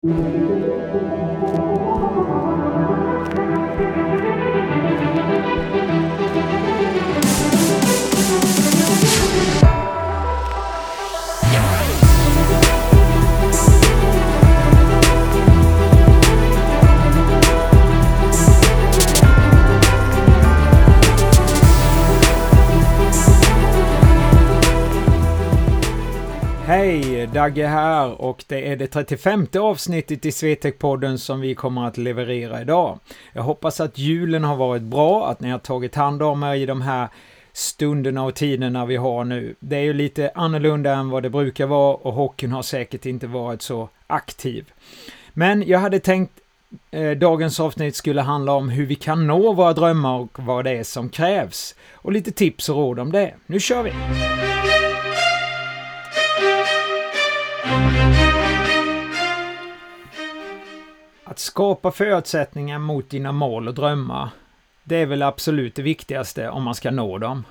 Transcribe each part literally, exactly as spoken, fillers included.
Hej, Dagge här och det är det trettiofemte avsnittet i Swetec-podden som vi kommer att leverera idag. Jag hoppas att julen har varit bra, att ni har tagit hand om er i de här stunderna och tiderna vi har nu. Det är ju lite annorlunda än vad det brukar vara och hockeyn har säkert inte varit så aktiv. Men jag hade tänkt eh, dagens avsnitt skulle handla om hur vi kan nå våra drömmar och vad det är som krävs. Och lite tips och råd om det. Nu kör vi! Att skapa förutsättningar mot dina mål och drömmar, det är väl absolut det viktigaste om man ska nå dem.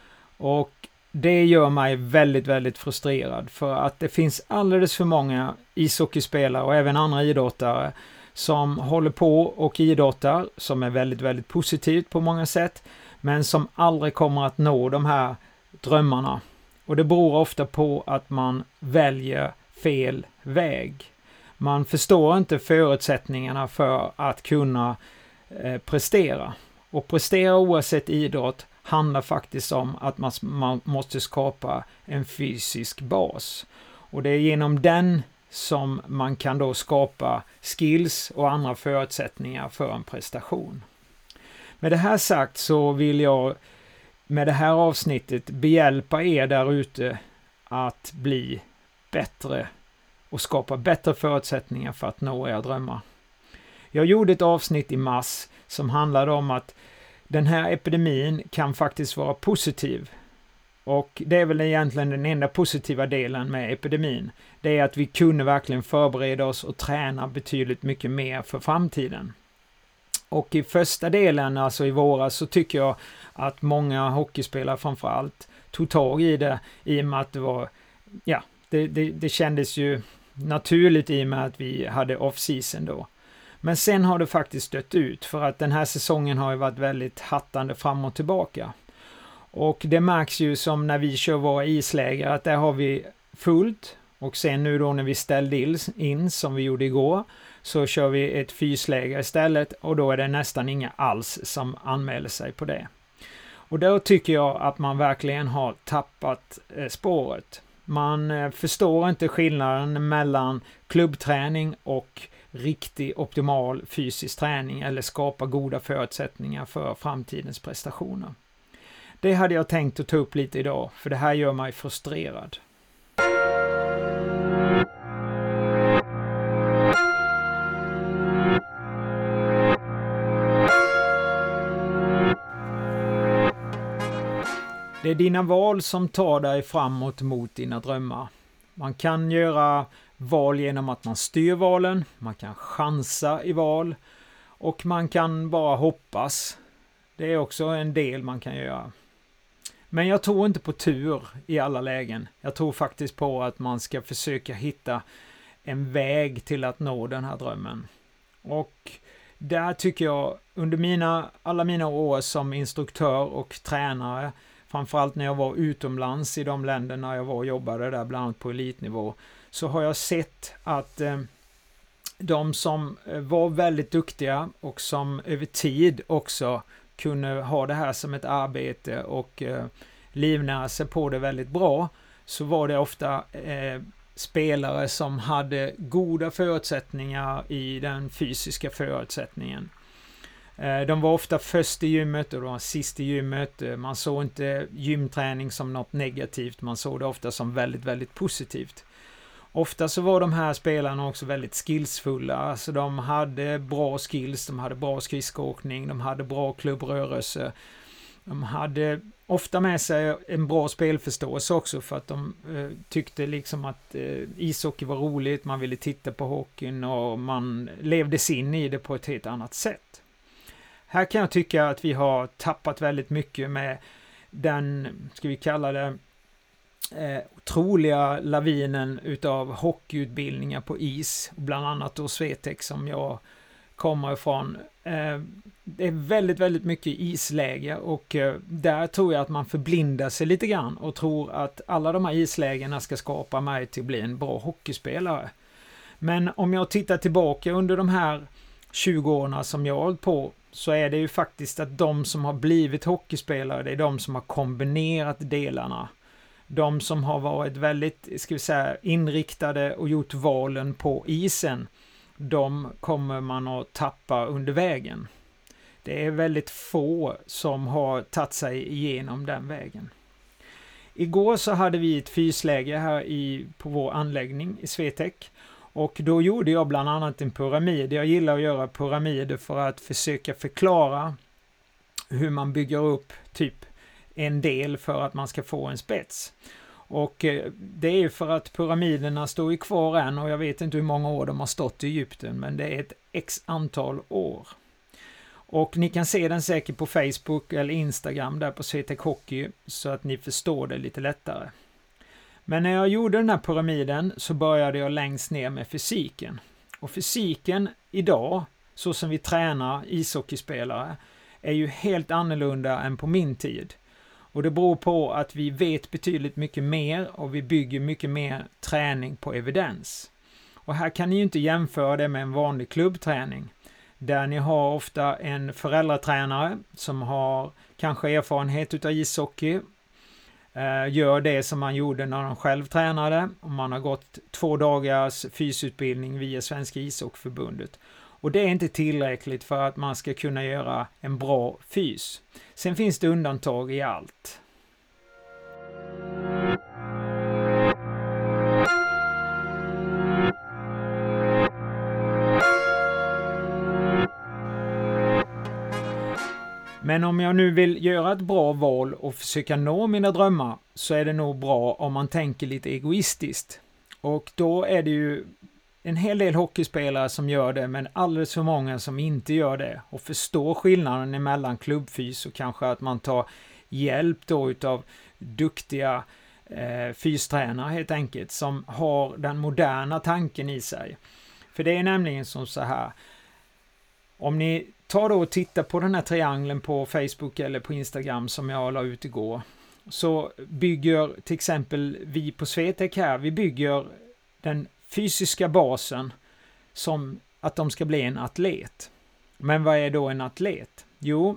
Och det gör mig väldigt, väldigt frustrerad för att det finns alldeles för många ishockeyspelare och även andra idrottare som håller på och idrottar, som är väldigt, väldigt positivt på många sätt, men som aldrig kommer att nå de här drömmarna. Och det beror ofta på att man väljer fel väg. Man förstår inte förutsättningarna för att kunna eh, prestera. Och prestera oavsett idrott handlar faktiskt om att man, man måste skapa en fysisk bas. Och det är genom den som man kan då skapa skills och andra förutsättningar för en prestation. Med det här sagt så vill jag med det här avsnittet behjälpa er där ute att bli bättre och skapa bättre förutsättningar för att nå era drömmar. Jag gjorde ett avsnitt i mars som handlade om att den här epidemin kan faktiskt vara positiv. Och det är väl egentligen den enda positiva delen med epidemin. Det är att vi kunde verkligen förbereda oss och träna betydligt mycket mer för framtiden. Och i första delen, alltså i våras, så tycker jag att många hockeyspelare framförallt tog tag i det i och med att det var, ja, det, det, det kändes ju naturligt i och med att vi hade off-season då. Men sen har det faktiskt dött ut för att den här säsongen har ju varit väldigt hattande fram och tillbaka. Och det märks ju som när vi kör våra isläger att där har vi fullt. Och sen nu då när vi ställde in som vi gjorde igår så kör vi ett fysläger istället och då är det nästan inga alls som anmäler sig på det. Och då tycker jag att man verkligen har tappat eh, spåret. Man eh, förstår inte skillnaden mellan klubbträning och riktig optimal fysisk träning eller skapa goda förutsättningar för framtidens prestationer. Det hade jag tänkt att ta upp lite idag för det här gör mig frustrerad. Det är dina val som tar dig framåt mot dina drömmar. Man kan göra val genom att man styr valen, man kan chansa i val och man kan bara hoppas. Det är också en del man kan göra. Men jag tror inte på tur i alla lägen. Jag tror faktiskt på att man ska försöka hitta en väg till att nå den här drömmen. Och där tycker jag under mina, alla mina år som instruktör och tränare, framförallt när jag var utomlands i de länderna jag var och jobbade där bland annat på elitnivå, så har jag sett att eh, de som var väldigt duktiga och som över tid också kunde ha det här som ett arbete och eh, livnära sig på det väldigt bra, så var det ofta eh, spelare som hade goda förutsättningar i den fysiska förutsättningen. Eh, de var ofta först i gymmet och de var sist i gymmet. Man såg inte gymträning som något negativt, man såg det ofta som väldigt, väldigt positivt. Ofta så var de här spelarna också väldigt skillsfulla, alltså de hade bra skills, de hade bra skridskoåkning, de hade bra klubbrörelse, de hade ofta med sig en bra spelförståelse också för att de eh, tyckte liksom att eh, ishockey var roligt, man ville titta på hockeyn och man levde sig in i det på ett helt annat sätt. Här kan jag tycka att vi har tappat väldigt mycket med den, ska vi kalla det, eh, otroliga lavinen utav hockeyutbildningar på is, bland annat då Swetec som jag kommer ifrån. Eh, det är väldigt, väldigt mycket isläge och eh, där tror jag att man förblindar sig lite grann och tror att alla de här islägena ska skapa mig till att bli en bra hockeyspelare. Men om jag tittar tillbaka under de här tjugo åren som jag har hållit på, så är det ju faktiskt att de som har blivit hockeyspelare, det är de som har kombinerat delarna. De som har varit väldigt, ska vi säga, inriktade och gjort valen på isen, de kommer man att tappa under vägen. Det är väldigt få som har tagit sig igenom den vägen. Igår så hade vi ett fysläge här i, på vår anläggning i Swetec. Och då gjorde jag bland annat en pyramid. Jag gillar att göra pyramider för att försöka förklara hur man bygger upp typ en del för att man ska få en spets. Och det är för att pyramiderna står ju kvar än, och jag vet inte hur många år de har stått i Egypten, men det är ett x antal år. Och ni kan se den säkert på Facebook eller Instagram där på Swetec Hockey, så att ni förstår det lite lättare. Men när jag gjorde den här pyramiden så började jag längst ner med fysiken. Och fysiken idag, så som vi tränar ishockeyspelare, är ju helt annorlunda än på min tid. Och det beror på att vi vet betydligt mycket mer och vi bygger mycket mer träning på evidens. Och här kan ni ju inte jämföra det med en vanlig klubbträning, där ni har ofta en föräldratränare som har kanske erfarenhet utav ishockey, gör det som man gjorde när de själv tränade, och man har gått två dagars fysutbildning via Svenska ishockeyförbundet. Och det är inte tillräckligt för att man ska kunna göra en bra fys. Sen finns det undantag i allt. Men om jag nu vill göra ett bra val och försöka nå mina drömmar, så är det nog bra om man tänker lite egoistiskt. Och då är det ju en hel del hockeyspelare som gör det, men alldeles för många som inte gör det och förstår skillnaden mellan klubbfys och kanske att man tar hjälp då utav duktiga eh, fystränare helt enkelt, som har den moderna tanken i sig. För det är nämligen som så här, om ni tar då och tittar på den här triangeln på Facebook eller på Instagram som jag la ut igår, så bygger till exempel vi på Swetec här, vi bygger den fysiska basen som att de ska bli en atlet. Men vad är då en atlet? Jo,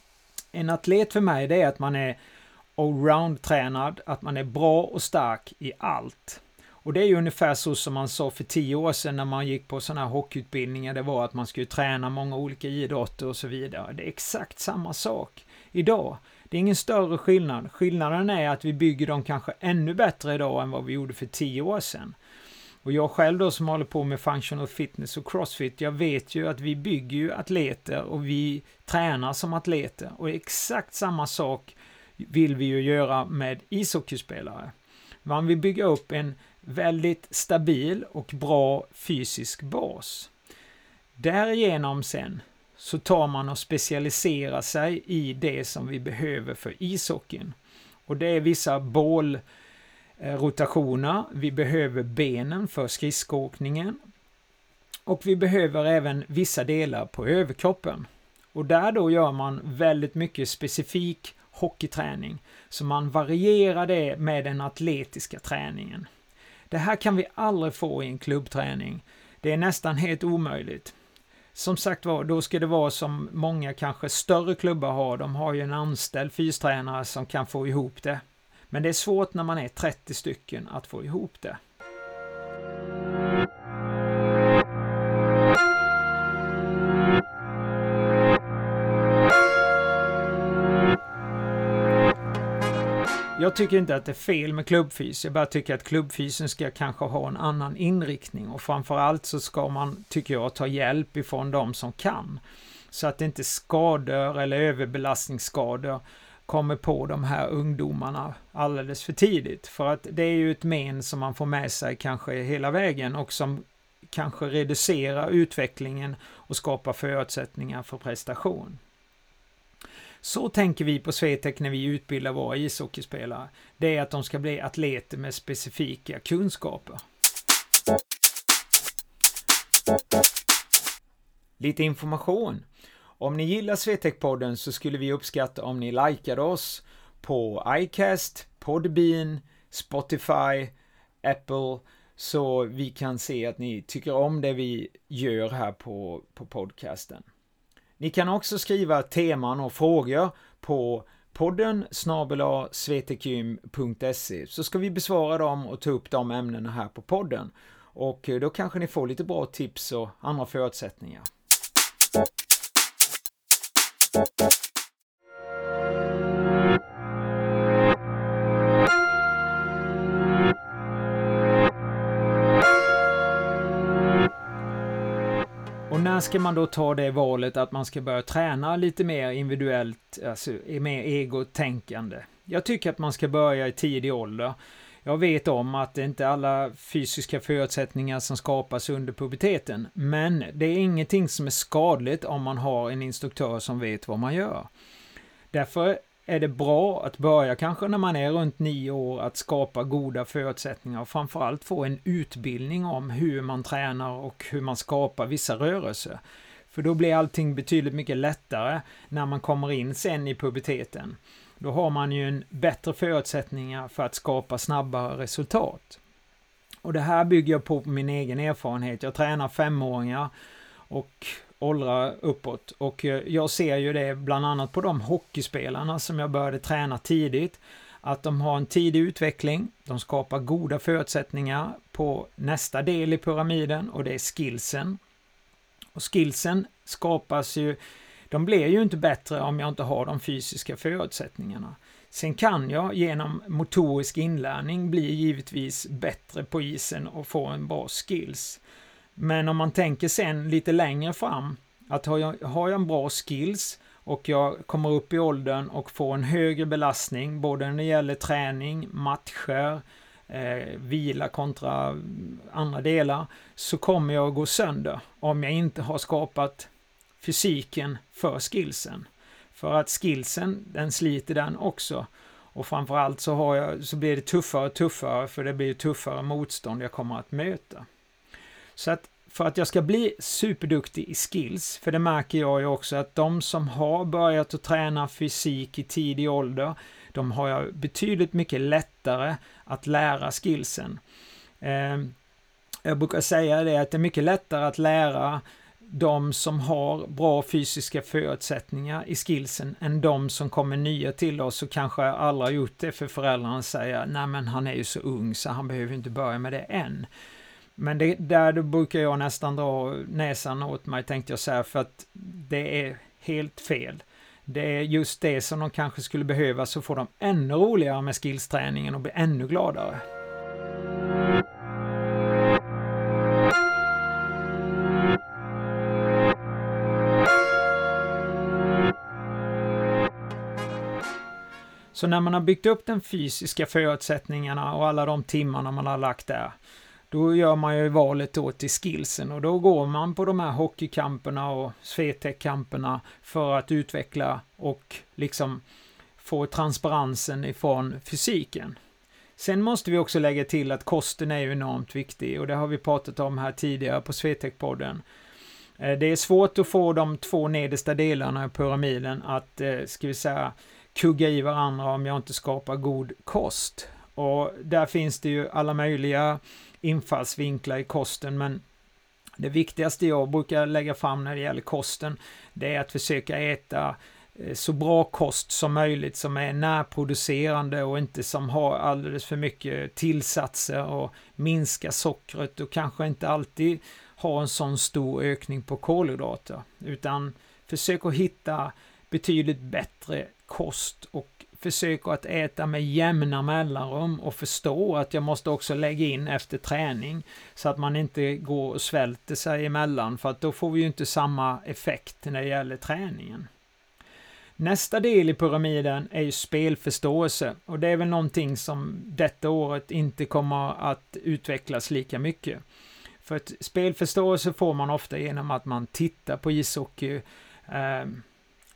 en atlet för mig, det är att man är allround-tränad, att man är bra och stark i allt. Och det är ju ungefär så som man sa för tio år sedan när man gick på sådana här hockeyutbildningar. Det var att man skulle träna många olika idrotter och så vidare. Det är exakt samma sak idag. Det är ingen större skillnad. Skillnaden är att vi bygger dem kanske ännu bättre idag än vad vi gjorde för tio år sedan. Och jag själv då som håller på med functional fitness och crossfit, jag vet ju att vi bygger ju atleter och vi tränar som atleter. Och exakt samma sak vill vi ju göra med ishockeyspelare. Man vill bygga upp en väldigt stabil och bra fysisk bas. Därigenom sen så tar man och specialiserar sig i det som vi behöver för ishockeyn. Och det är vissa bålrotationer, vi behöver benen för skridskoåkningen och vi behöver även vissa delar på överkroppen. Och där då gör man väldigt mycket specifik hockeyträning, så man varierar det med den atletiska träningen. Det här kan vi aldrig få i en klubbträning. Det är nästan helt omöjligt. Som sagt var, då ska det vara som många kanske större klubbar har. De har ju en anställd fystränare som kan få ihop det. Men det är svårt när man är trettio stycken att få ihop det. Jag tycker inte att det är fel med klubbfys. Jag bara tycker att klubbfysen ska kanske ha en annan inriktning. Och framförallt så ska man, tycker jag, ta hjälp ifrån de som kan. Så att det inte skador eller överbelastningsskador kommer på de här ungdomarna alldeles för tidigt. För att det är ju ett men som man får med sig kanske hela vägen och som kanske reducerar utvecklingen och skapar förutsättningar för prestation. Så tänker vi på Swetec när vi utbildar våra ishockeyspelare. Det är att de ska bli atleter med specifika kunskaper. Lite information. Om ni gillar Swetec-podden så skulle vi uppskatta om ni likade oss på iCast, Podbean, Spotify, Apple, så vi kan se att ni tycker om det vi gör här på, på podcasten. Ni kan också skriva teman och frågor på podden snabel-a swetecgym punkt se, så ska vi besvara dem och ta upp de ämnena här på podden. Och då kanske ni får lite bra tips och andra förutsättningar. Och när ska man då ta det valet att man ska börja träna lite mer individuellt, alltså mer egotänkande? Jag tycker att man ska börja i tidig ålder. Jag vet om att det inte är alla fysiska förutsättningar som skapas under puberteten, men det är ingenting som är skadligt om man har en instruktör som vet vad man gör. Därför är det bra att börja kanske när man är runt nio år att skapa goda förutsättningar och framförallt få en utbildning om hur man tränar och hur man skapar vissa rörelser. För då blir allting betydligt mycket lättare när man kommer in sen i puberteten. Då har man ju en bättre förutsättningar för att skapa snabbare resultat. Och det här bygger jag på min egen erfarenhet. Jag tränar femåringar och åldrar uppåt. Och jag ser ju det bland annat på de hockeyspelarna som jag började träna tidigt. Att de har en tidig utveckling. De skapar goda förutsättningar på nästa del i pyramiden och det är skillsen. Och skillsen skapas ju, de blir ju inte bättre om jag inte har de fysiska förutsättningarna. Sen kan jag genom motorisk inlärning bli givetvis bättre på isen och få en bra skills. Men om man tänker sen lite längre fram, att har jag, har jag en bra skills och jag kommer upp i åldern och får en högre belastning både när det gäller träning, matcher, eh, vila kontra andra delar, så kommer jag att gå sönder om jag inte har skapat fysiken för skillsen. För att skillsen, den sliter den också. Och framförallt så, har jag, så blir det tuffare och tuffare, för det blir tuffare motstånd jag kommer att möta. Så att för att jag ska bli superduktig i skills, för det märker jag ju också att de som har börjat att träna fysik i tidig ålder, de har jag betydligt mycket lättare att lära skillsen. Eh, jag brukar säga det att det är mycket lättare att lära de som har bra fysiska förutsättningar i skillsen än de som kommer nya till oss och kanske aldrig har gjort det, för föräldrarna säger nej men han är ju så ung så han behöver inte börja med det än. Men det, där då brukar jag nästan dra näsan åt mig, tänkte jag säga, för att det är helt fel. Det är just det som de kanske skulle behöva, så får de ännu roligare med skillsträningen och blir ännu gladare. Så när man har byggt upp den fysiska förutsättningarna och alla de timmarna man har lagt där, då gör man ju valet då till skillsen, och då går man på de här hockeykamperna och Swetec-kamperna för att utveckla och liksom få transparensen ifrån fysiken. Sen måste vi också lägga till att kosten är ju enormt viktig, och det har vi pratat om här tidigare på Swetec-podden. Det är svårt att få de två nedersta delarna i pyramiden att, ska vi säga, kugga i varandra om jag inte skapar god kost. Och där finns det ju alla möjliga infallsvinklar i kosten, men det viktigaste jag brukar lägga fram när det gäller kosten, det är att försöka äta så bra kost som möjligt, som är närproducerande och inte som har alldeles för mycket tillsatser, och minska sockret och kanske inte alltid ha en sån stor ökning på kolhydrater, utan försök att hitta betydligt bättre kost och försök att äta med jämna mellanrum och förstå att jag måste också lägga in efter träning så att man inte går och svälter sig emellan, för att då får vi ju inte samma effekt när det gäller träningen. Nästa del i pyramiden är ju spelförståelse, och det är väl någonting som detta året inte kommer att utvecklas lika mycket. För att spelförståelse får man ofta genom att man tittar på ishockey, eh,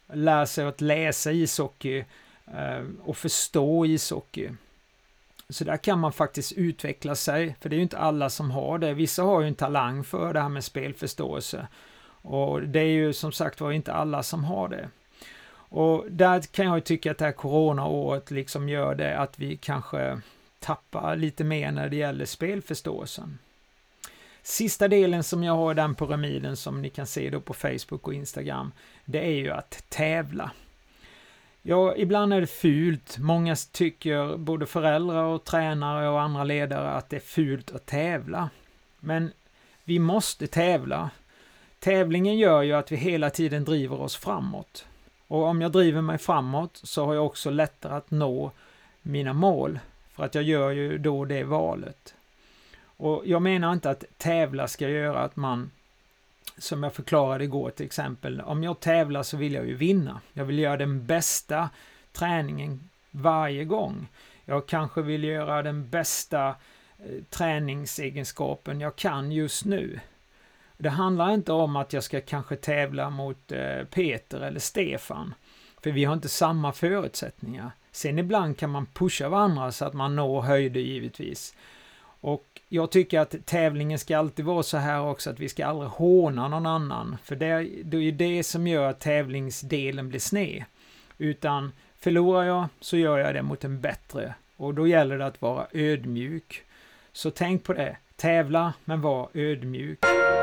lär sig att läsa ishockey och förstå ishockey. Så där kan man faktiskt utveckla sig, för det är ju inte alla som har det. Vissa har ju en talang för det här med spelförståelse. Och det är ju som sagt var inte alla som har det. Och där kan jag ju tycka att det här coronaåret liksom gör det att vi kanske tappar lite mer när det gäller spelförståelsen. Sista delen som jag har i den pyramiden som ni kan se då på Facebook och Instagram, det är ju att tävla. Ja, ibland är det fult. Många tycker, både föräldrar och tränare och andra ledare, att det är fult att tävla. Men vi måste tävla. Tävlingen gör ju att vi hela tiden driver oss framåt. Och om jag driver mig framåt så har jag också lättare att nå mina mål. För att jag gör ju då det valet. Och jag menar inte att tävla ska göra att man, som jag förklarade igår till exempel, om jag tävlar så vill jag ju vinna. Jag vill göra den bästa träningen varje gång. Jag kanske vill göra den bästa eh, träningsegenskapen jag kan just nu. Det handlar inte om att jag ska kanske tävla mot eh, Peter eller Stefan. För vi har inte samma förutsättningar. Sen ibland kan man pusha varandra så att man når höjder givetvis. Och jag tycker att tävlingen ska alltid vara så här också, att vi ska aldrig håna någon annan. För det, det är ju det som gör att tävlingsdelen blir sned. Utan förlorar jag så gör jag det mot en bättre. Och då gäller det att vara ödmjuk. Så tänk på det. Tävla men var ödmjuk.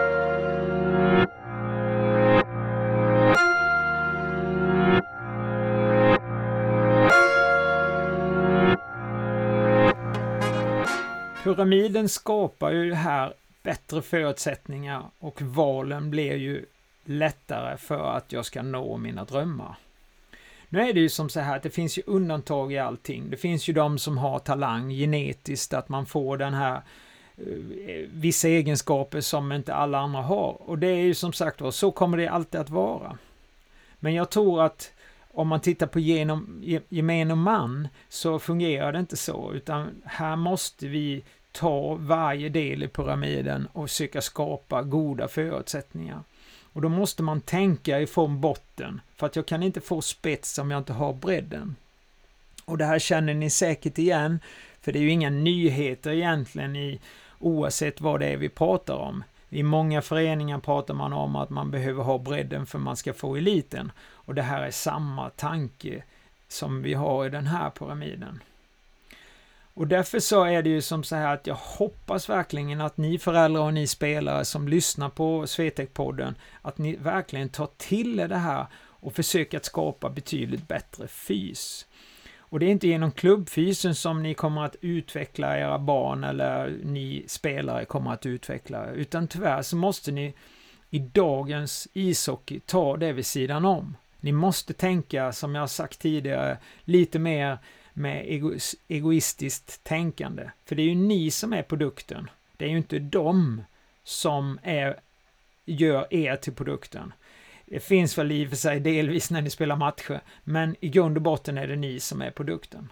Pyramiden skapar ju här bättre förutsättningar och valen blir ju lättare för att jag ska nå mina drömmar. Nu är det ju som så här att det finns ju undantag i allting. Det finns ju de som har talang genetiskt, att man får den här eh, vissa egenskaper som inte alla andra har. Och det är ju som sagt var, så kommer det alltid att vara. Men jag tror att om man tittar på genom, gemene man så fungerar det inte så, utan här måste vi ta varje del i pyramiden och försöka skapa goda förutsättningar. Och då måste man tänka ifrån botten, för att jag kan inte få spets om jag inte har bredden. Och det här känner ni säkert igen, för det är ju inga nyheter egentligen i oavsett vad det är vi pratar om. I många föreningar pratar man om att man behöver ha bredden för man ska få eliten. Och det här är samma tanke som vi har i den här pyramiden. Och därför så är det ju som så här att jag hoppas verkligen att ni föräldrar och ni spelare som lyssnar på Swetec-podden, att ni verkligen tar till er det här och försöker att skapa betydligt bättre fys. Och det är inte genom klubbfysen som ni kommer att utveckla era barn eller ni spelare kommer att utveckla, utan tyvärr så måste ni i dagens ishockey ta det vid sidan om. Ni måste tänka, som jag har sagt tidigare, lite mer med ego- egoistiskt tänkande. För det är ju ni som är produkten. Det är ju inte de som är, gör er till produkten. Det finns väl i och för sig delvis när ni spelar matcher, men i grund och botten är det ni som är produkten.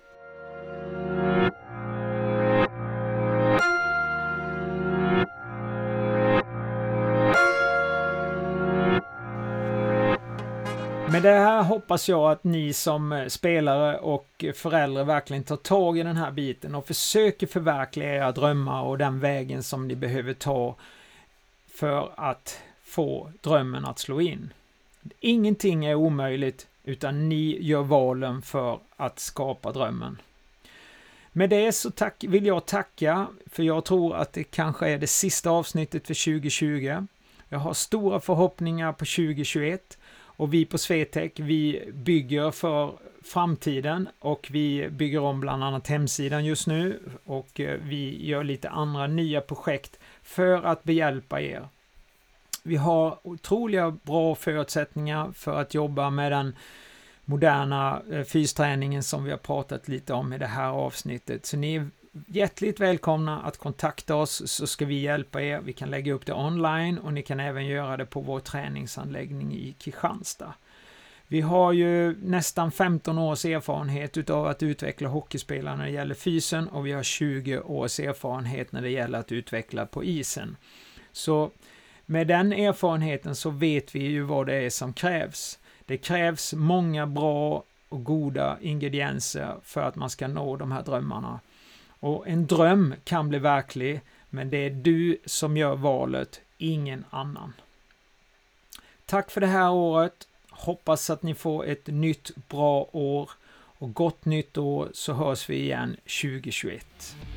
Med det här hoppas jag att ni som spelare och föräldrar verkligen tar tag i den här biten och försöker förverkliga era drömmar och den vägen som ni behöver ta för att få drömmen att slå in. Ingenting är omöjligt, utan ni gör valen för att skapa drömmen. Med det så tack, vill jag tacka, för jag tror att det kanske är det sista avsnittet för tjugo tjugo. Jag har stora förhoppningar på tjugo tjugoett och vi på Swetec, vi bygger för framtiden och vi bygger om bland annat hemsidan just nu och vi gör lite andra nya projekt för att behjälpa er. Vi har otroliga bra förutsättningar för att jobba med den moderna fysträningen som vi har pratat lite om i det här avsnittet. Så ni är hjärtligt välkomna att kontakta oss, så ska vi hjälpa er. Vi kan lägga upp det online och ni kan även göra det på vår träningsanläggning i Kristianstad. Vi har ju nästan femton års erfarenhet utav att utveckla hockeyspelare när det gäller fysen och vi har tjugo års erfarenhet när det gäller att utveckla på isen. Så med den erfarenheten så vet vi ju vad det är som krävs. Det krävs många bra och goda ingredienser för att man ska nå de här drömmarna. Och en dröm kan bli verklig, men det är du som gör valet, ingen annan. Tack för det här året. Hoppas att ni får ett nytt bra år. Och gott nytt år, så hörs vi igen tjugo tjugoett.